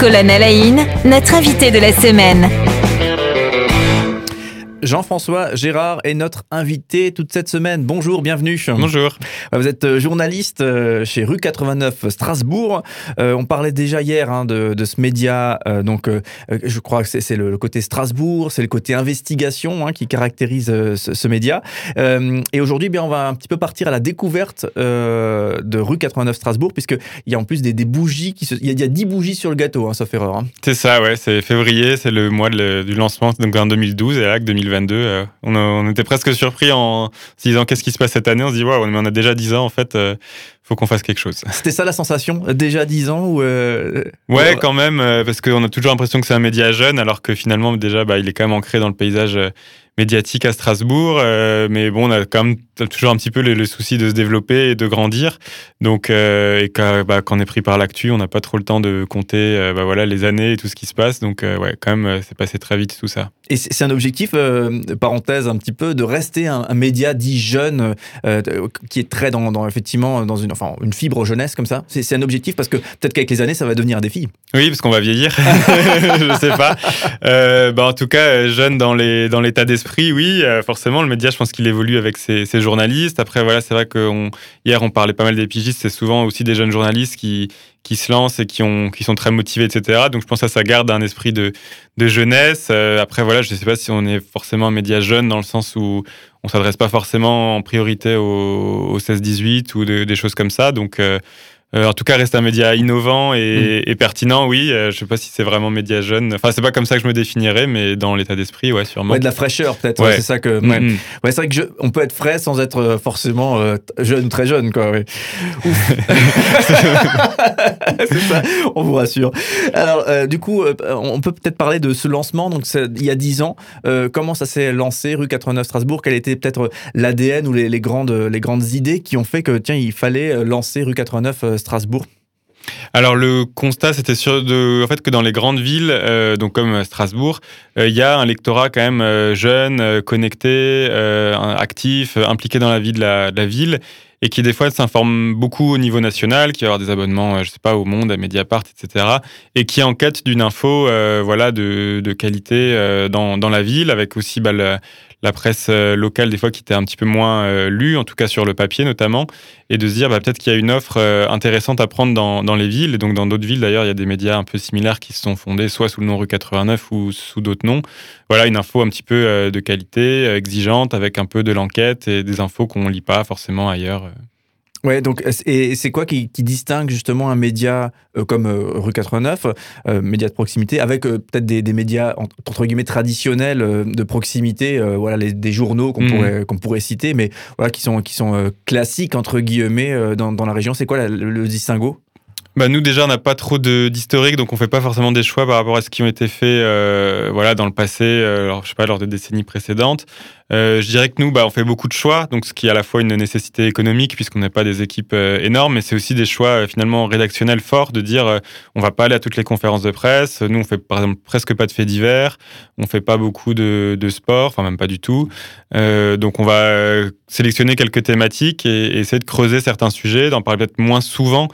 Colonne Alain, notre invité de la semaine. Jean-François Gérard est notre invité toute cette semaine. Bonjour, bienvenue. Bonjour. Vous êtes journaliste chez Rue 89 Strasbourg. On parlait déjà hier de ce média. Je crois que c'est le côté Strasbourg, c'est le côté investigation qui caractérise ce média. Et aujourd'hui, on va un petit peu partir à la découverte de Rue 89 Strasbourg, puisqu'il y a en plus des bougies. Il y a 10 bougies sur le gâteau, sauf erreur. C'est ça, ouais. C'est février, c'est le mois du lancement, donc en 2012. Et là, 2022, on était presque surpris en se disant qu'est-ce qui se passe cette année. On se dit, waouh, mais on a déjà 10 ans, en fait, faut qu'on fasse quelque chose. C'était ça la sensation, déjà 10 ans ou Ouais, quand même, parce qu'on a toujours l'impression que c'est un média jeune, alors que finalement, déjà, il est quand même ancré dans le paysage médiatique à Strasbourg, mais bon, on a quand même toujours un petit peu le souci de se développer et de grandir. Donc, quand on est pris par l'actu, on n'a pas trop le temps de compter les années et tout ce qui se passe. Donc, quand même, c'est passé très vite tout ça. Et c'est un objectif, parenthèse un petit peu, de rester un média dit jeune, qui est très effectivement dans une fibre jeunesse comme ça. C'est un objectif parce que peut-être qu'avec les années, ça va devenir un défi. Oui, parce qu'on va vieillir. Je sais pas. En tout cas, jeune dans l'état d'esprit, oui. Forcément, le média, je pense qu'il évolue avec ses journalistes. Après, voilà, c'est vrai hier, on parlait pas mal des pigistes. C'est souvent aussi des jeunes journalistes qui se lancent et qui sont très motivés, etc. Donc, je pense que ça garde un esprit de jeunesse. Après, voilà, je ne sais pas si on est forcément un média jeune dans le sens où on ne s'adresse pas forcément en priorité aux 16-18 ou des choses comme ça. Donc, en tout cas, reste un média innovant et pertinent, oui. Je ne sais pas si c'est vraiment média jeune. Enfin, c'est pas comme ça que je me définirais, mais dans l'état d'esprit, ouais, sûrement. Ouais, de la fraîcheur, peut-être. Ouais. C'est ça que. Ouais, c'est vrai que on peut être frais sans être forcément jeune ou très jeune, quoi. Ouais. C'est ça, on vous rassure. Alors, du coup, on peut peut-être parler de ce lancement. Donc, il y a 10 ans. Comment ça s'est lancé, Rue 89 Strasbourg? Quel était peut-être l'ADN ou les grandes idées qui ont fait que, tiens, il fallait lancer Rue 89 Strasbourg? Alors le constat, c'était en fait que dans les grandes villes, donc comme Strasbourg, il y a un lectorat quand même jeune, connecté, actif, impliqué dans la vie de la ville, et qui des fois s'informe beaucoup au niveau national, qui va avoir des abonnements, je sais pas, au Monde, à Mediapart, etc., et qui est en quête d'une info, de qualité dans la ville, avec aussi la presse locale des fois qui était un petit peu moins lue, en tout cas sur le papier notamment, et de se dire peut-être qu'il y a une offre intéressante à prendre dans les villes, et donc dans d'autres villes d'ailleurs, il y a des médias un peu similaires qui se sont fondés, soit sous le nom Rue 89 ou sous d'autres noms. Voilà, une info un petit peu de qualité, exigeante, avec un peu de l'enquête et des infos qu'on lit pas forcément ailleurs. Ouais, donc, et c'est quoi qui distingue justement un média comme Rue 89, média de proximité, avec peut-être des médias entre guillemets traditionnels de proximité, des journaux qu'on pourrait citer, mais voilà, qui sont classiques entre guillemets dans la région. C'est quoi le distinguo? Nous déjà on n'a pas trop d'historique, donc on fait pas forcément des choix par rapport à ce qui ont été faits dans le passé, je sais pas, lors des décennies précédentes. Je dirais que nous on fait beaucoup de choix, donc ce qui est à la fois une nécessité économique puisqu'on n'a pas des équipes énormes, mais c'est aussi des choix finalement rédactionnels forts, de dire on va pas aller à toutes les conférences de presse. Nous on fait par exemple presque pas de faits divers, on fait pas beaucoup de sport, enfin même pas du tout. Donc on va sélectionner quelques thématiques et essayer de creuser certains sujets, d'en parler peut-être moins souvent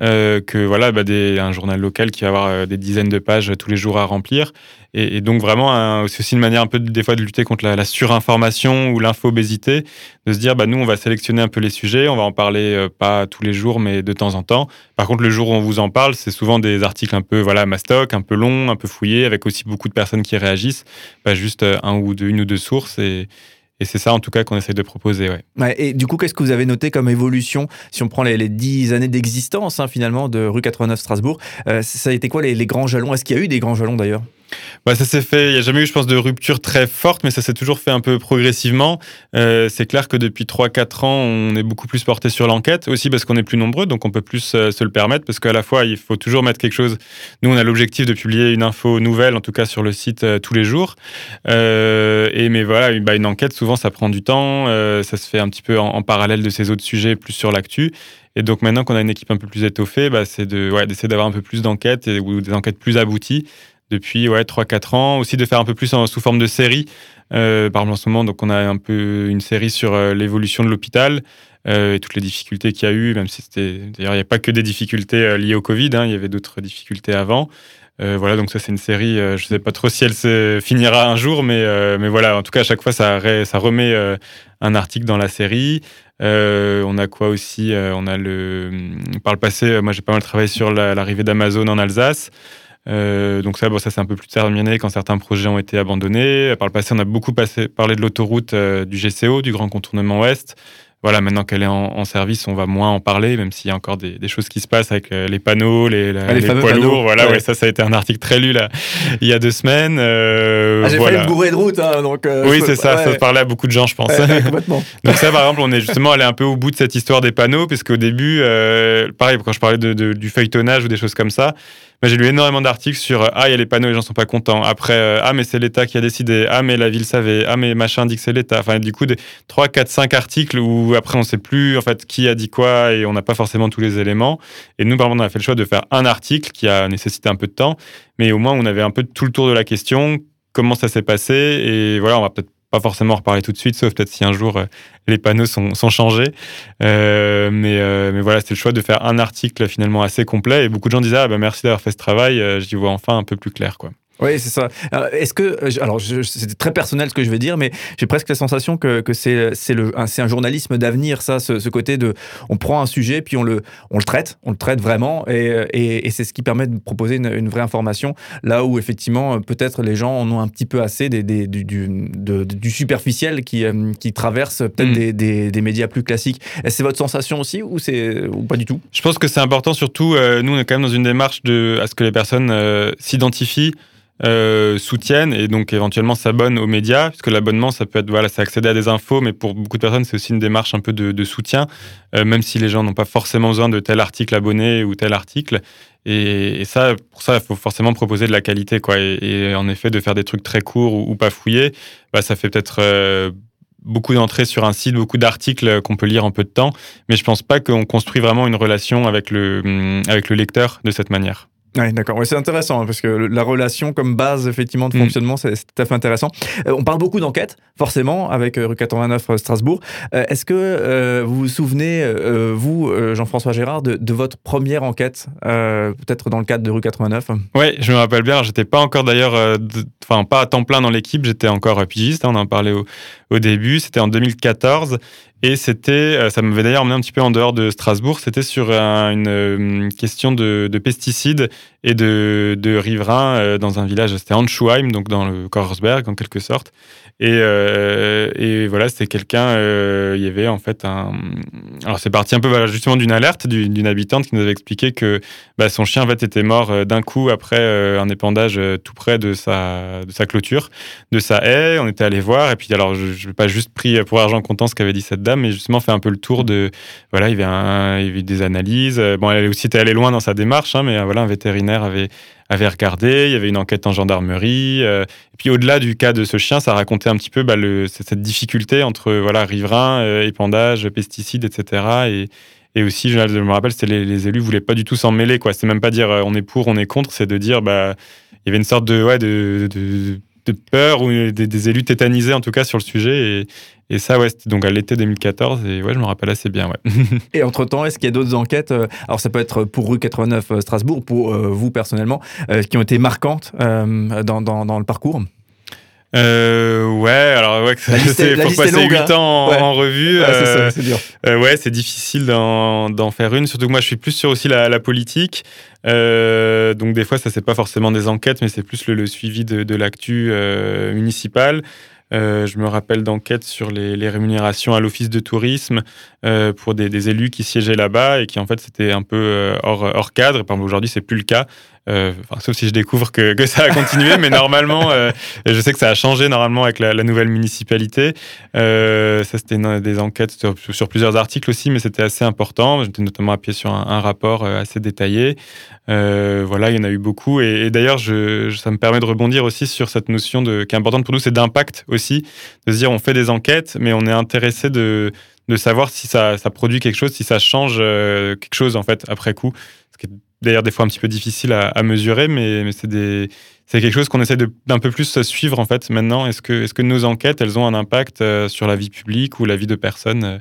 un journal local qui va avoir des dizaines de pages tous les jours à remplir. Et donc vraiment, c'est aussi une manière un peu des fois de lutter contre la surinformation ou l'infobésité, de se dire nous on va sélectionner un peu les sujets, on va en parler pas tous les jours mais de temps en temps. Par contre le jour où on vous en parle, c'est souvent des articles un peu mastoc, un peu longs, un peu fouillés, avec aussi beaucoup de personnes qui réagissent, pas juste une ou deux sources. Et c'est ça, en tout cas, qu'on essaie de proposer, ouais. Ouais, et du coup, qu'est-ce que vous avez noté comme évolution, si on prend les 10 années d'existence, finalement, de Rue 89 Strasbourg? Ça a été quoi les grands jalons? Est-ce qu'il y a eu des grands jalons, d'ailleurs? Ça s'est fait, il n'y a jamais eu, je pense, de rupture très forte, mais ça s'est toujours fait un peu progressivement. C'est clair que depuis 3-4 ans, on est beaucoup plus porté sur l'enquête, aussi parce qu'on est plus nombreux, donc on peut plus se le permettre, parce qu'à la fois, il faut toujours mettre quelque chose. Nous, on a l'objectif de publier une info nouvelle, en tout cas sur le site, tous les jours. Une enquête, souvent, ça prend du temps, ça se fait un petit peu en parallèle de ces autres sujets, plus sur l'actu. Et donc maintenant qu'on a une équipe un peu plus étoffée, c'est d'essayer d'avoir un peu plus d'enquêtes ou des enquêtes plus abouties. Depuis 3-4 ans, aussi de faire un peu plus sous forme de série. Par exemple, en ce moment, donc on a un peu une série sur l'évolution de l'hôpital et toutes les difficultés qu'il y a eu, même si d'ailleurs, il n'y a pas que des difficultés liées au Covid, il y avait d'autres difficultés avant. Voilà, donc ça c'est une série, je sais pas trop si elle se finira un jour, mais voilà, en tout cas à chaque fois ça remet un article dans la série. On a quoi aussi on a par le passé, moi j'ai pas mal travaillé sur l'arrivée d'Amazon en Alsace. Donc ça c'est un peu plus terminé quand certains projets ont été abandonnés. Par le passé, on a beaucoup parlé de l'autoroute du GCO, du Grand Contournement Ouest. Voilà, maintenant qu'elle est en service, on va moins en parler, même s'il y a encore des choses qui se passent avec les panneaux, les poids lourds. Voilà, ouais, ça a été un article très lu là, il y a 2 semaines. J'ai failli me gourer de route, hein, donc. Oui, c'est ça, ça parlait à beaucoup de gens, je pense. Complètement. Donc ça, par exemple, on est justement allé un peu au bout de cette histoire des panneaux, parce qu'au début, pareil, quand je parlais du feuilletonnage ou des choses comme ça, j'ai lu énormément d'articles sur il y a les panneaux, les gens sont pas contents. Après, mais c'est l'État qui a décidé. Mais la ville savait. Mais machin dit que c'est l'État. Enfin, du coup, 3, 4, 5 articles où après on sait plus en fait qui a dit quoi et on n'a pas forcément tous les éléments. Et nous, par exemple, on a fait le choix de faire un article qui a nécessité un peu de temps, mais au moins on avait un peu tout le tour de la question, comment ça s'est passé, et voilà, on va peut-être pas forcément en reparler tout de suite, sauf peut-être si un jour les panneaux sont changés. Mais voilà, c'était le choix de faire un article finalement assez complet. Et beaucoup de gens disaient merci d'avoir fait ce travail, j'y vois enfin un peu plus clair, quoi. Oui, c'est ça. Est-ce que, c'est très personnel ce que je vais dire, mais j'ai presque la sensation que c'est un journalisme d'avenir, ça, ce côté de, on prend un sujet puis on le traite vraiment, et c'est ce qui permet de proposer une vraie information, là où effectivement peut-être les gens en ont un petit peu assez du superficiel qui traverse peut-être des médias plus classiques. Est-ce que c'est votre sensation aussi ou pas du tout? Je pense que c'est important, surtout nous on est quand même dans une démarche à ce que les personnes s'identifient, soutiennent et donc éventuellement s'abonnent aux médias, puisque l'abonnement ça peut être c'est accéder à des infos, mais pour beaucoup de personnes c'est aussi une démarche un peu de soutien, même si les gens n'ont pas forcément besoin de tel article abonné ou tel article, et ça, pour ça il faut forcément proposer de la qualité, quoi, et en effet de faire des trucs très courts ou pas fouillés, ça fait peut-être beaucoup d'entrées sur un site, beaucoup d'articles qu'on peut lire en peu de temps, mais je pense pas qu'on construit vraiment une relation avec le lecteur de cette manière. Oui, d'accord. Ouais, c'est intéressant, parce que la relation comme base effectivement de fonctionnement, c'est tout à fait intéressant. On parle beaucoup d'enquêtes, forcément, avec Rue 89 Strasbourg. Est-ce que vous vous souvenez, vous, Jean-François Gérard, de votre première enquête, peut-être dans le cadre de Rue 89? Oui, je me rappelle bien. Alors, j'étais pas encore d'ailleurs, pas à temps plein dans l'équipe, j'étais encore pigiste, on en parlait au début. C'était en 2014. Et ça m'avait d'ailleurs emmené un petit peu en dehors de Strasbourg. C'était sur une question de pesticides et de riverains dans un village. C'était Anschuheim, donc dans le Korsberg en quelque sorte. Et voilà, c'était quelqu'un. Il y avait en fait alors c'est parti un peu justement d'une alerte d'une habitante qui nous avait expliqué que son chien en fait était mort d'un coup après un épandage tout près de sa clôture, de sa haie. On était allé voir, et puis alors je n'ai pas juste pris pour argent comptant ce qu'avait dit cette dame, mais justement fait un peu le tour de voilà, il y avait des analyses. Bon, elle aussi était allée loin dans sa démarche, mais voilà, un vétérinaire avait regardé, il y avait une enquête en gendarmerie. Et puis au-delà du cas de ce chien, ça racontait un petit peu cette difficulté entre riverains, épandage, pesticides, etc. Et aussi, je me rappelle, c'était les élus voulaient pas du tout s'en mêler, quoi. C'est même pas dire on est pour, on est contre, c'est de dire il y avait une sorte de peur ou des élus tétanisés en tout cas sur le sujet, et ça c'était donc à l'été 2014, et je me rappelle assez bien. Et entre-temps, est-ce qu'il y a d'autres enquêtes, alors ça peut être pour Rue 89 Strasbourg, pour vous personnellement, qui ont été marquantes dans le parcours? Faut passer 8 ans en revue. C'est dur. C'est difficile d'en faire une, surtout que moi je suis plus sur aussi la politique. Donc des fois ça c'est pas forcément des enquêtes, mais c'est plus le suivi de l'actu municipale. Je me rappelle d'enquêtes sur les rémunérations à l'office de tourisme pour des élus qui siégeaient là-bas et qui en fait c'était un peu hors cadre. Par exemple, aujourd'hui c'est plus le cas, sauf si je découvre que ça a continué, mais normalement je sais que ça a changé normalement avec la nouvelle municipalité. Ça c'était des enquêtes sur plusieurs articles aussi, mais c'était assez important. J'étais notamment appuyé sur un rapport assez détaillé. Voilà, il y en a eu beaucoup, et d'ailleurs ça me permet de rebondir aussi sur cette notion qui est importante pour nous, c'est d'impact aussi, de se dire on fait des enquêtes, mais on est intéressé de savoir si ça produit quelque chose, si ça change quelque chose en fait après coup, ce qui est d'ailleurs des fois un petit peu difficile à mesurer, mais c'est quelque chose qu'on essaie d'un peu plus suivre en fait maintenant. Est-ce que nos enquêtes elles ont un impact sur la vie publique ou la vie de personnes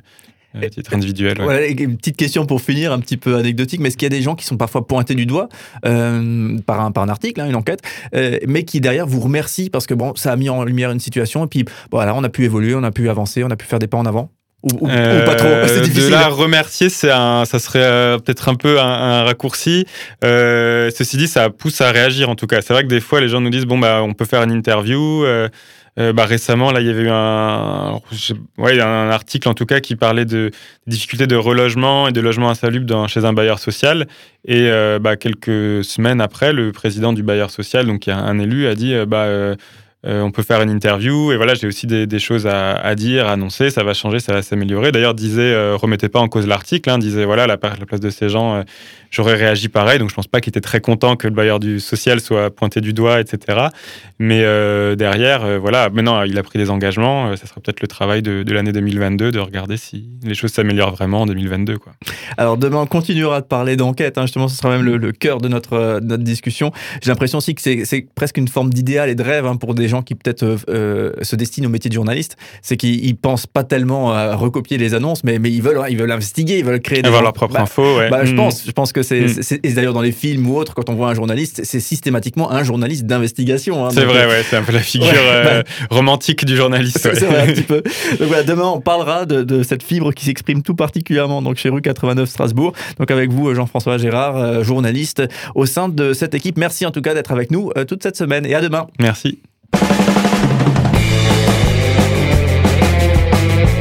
à titre individuel. Ouais. Voilà, une petite question pour finir, un petit peu anecdotique, mais est-ce qu'il y a des gens qui sont parfois pointés du doigt par un article, une enquête, mais qui derrière vous remercient parce que ça a mis en lumière une situation et puis voilà, on a pu évoluer, on a pu avancer, on a pu faire des pas en avant? Ou pas trop, c'est difficile. De là à remercier, ça serait peut-être un peu un raccourci. Ceci dit, ça pousse à réagir en tout cas. C'est vrai que des fois, les gens nous disent on peut faire une interview. Récemment, là, il y avait eu un article en tout cas qui parlait de difficultés de relogement et de logement insalubre chez un bailleur social. Et quelques semaines après, le président du bailleur social, donc qui est un élu, a dit on peut faire une interview et voilà, j'ai aussi des choses à dire, à annoncer, ça va changer, ça va s'améliorer. D'ailleurs, disait, remettez pas en cause l'article, disait voilà, à la place de ces gens, j'aurais réagi pareil, donc je pense pas qu'il était très content que le bailleur du social soit pointé du doigt, etc. Mais derrière, voilà, maintenant il a pris des engagements, ça sera peut-être le travail de l'année 2022 de regarder si les choses s'améliorent vraiment en 2022, quoi. Alors demain, on continuera de parler d'enquête, justement, ce sera même le cœur de notre discussion. J'ai l'impression aussi que c'est presque une forme d'idéal et de rêve pour des gens qui peut-être se destinent au métier de journaliste, c'est qu'ils pensent pas tellement à recopier les annonces, mais ils veulent investiguer, ils veulent créer avoir leur propre info. Ouais. Je pense que c'est et d'ailleurs dans les films ou autres, quand on voit un journaliste, c'est systématiquement un journaliste d'investigation. C'est vrai, c'est un peu la figure romantique du journaliste. C'est vrai, un petit peu. Donc voilà, demain on parlera de cette fibre qui s'exprime tout particulièrement donc chez Rue 89 Strasbourg. Donc avec vous, Jean-François Gérard, journaliste au sein de cette équipe. Merci en tout cas d'être avec nous toute cette semaine et à demain. Merci.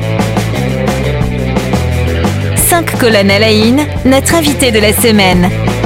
Cinq colonnes à la une, notre invité de la semaine.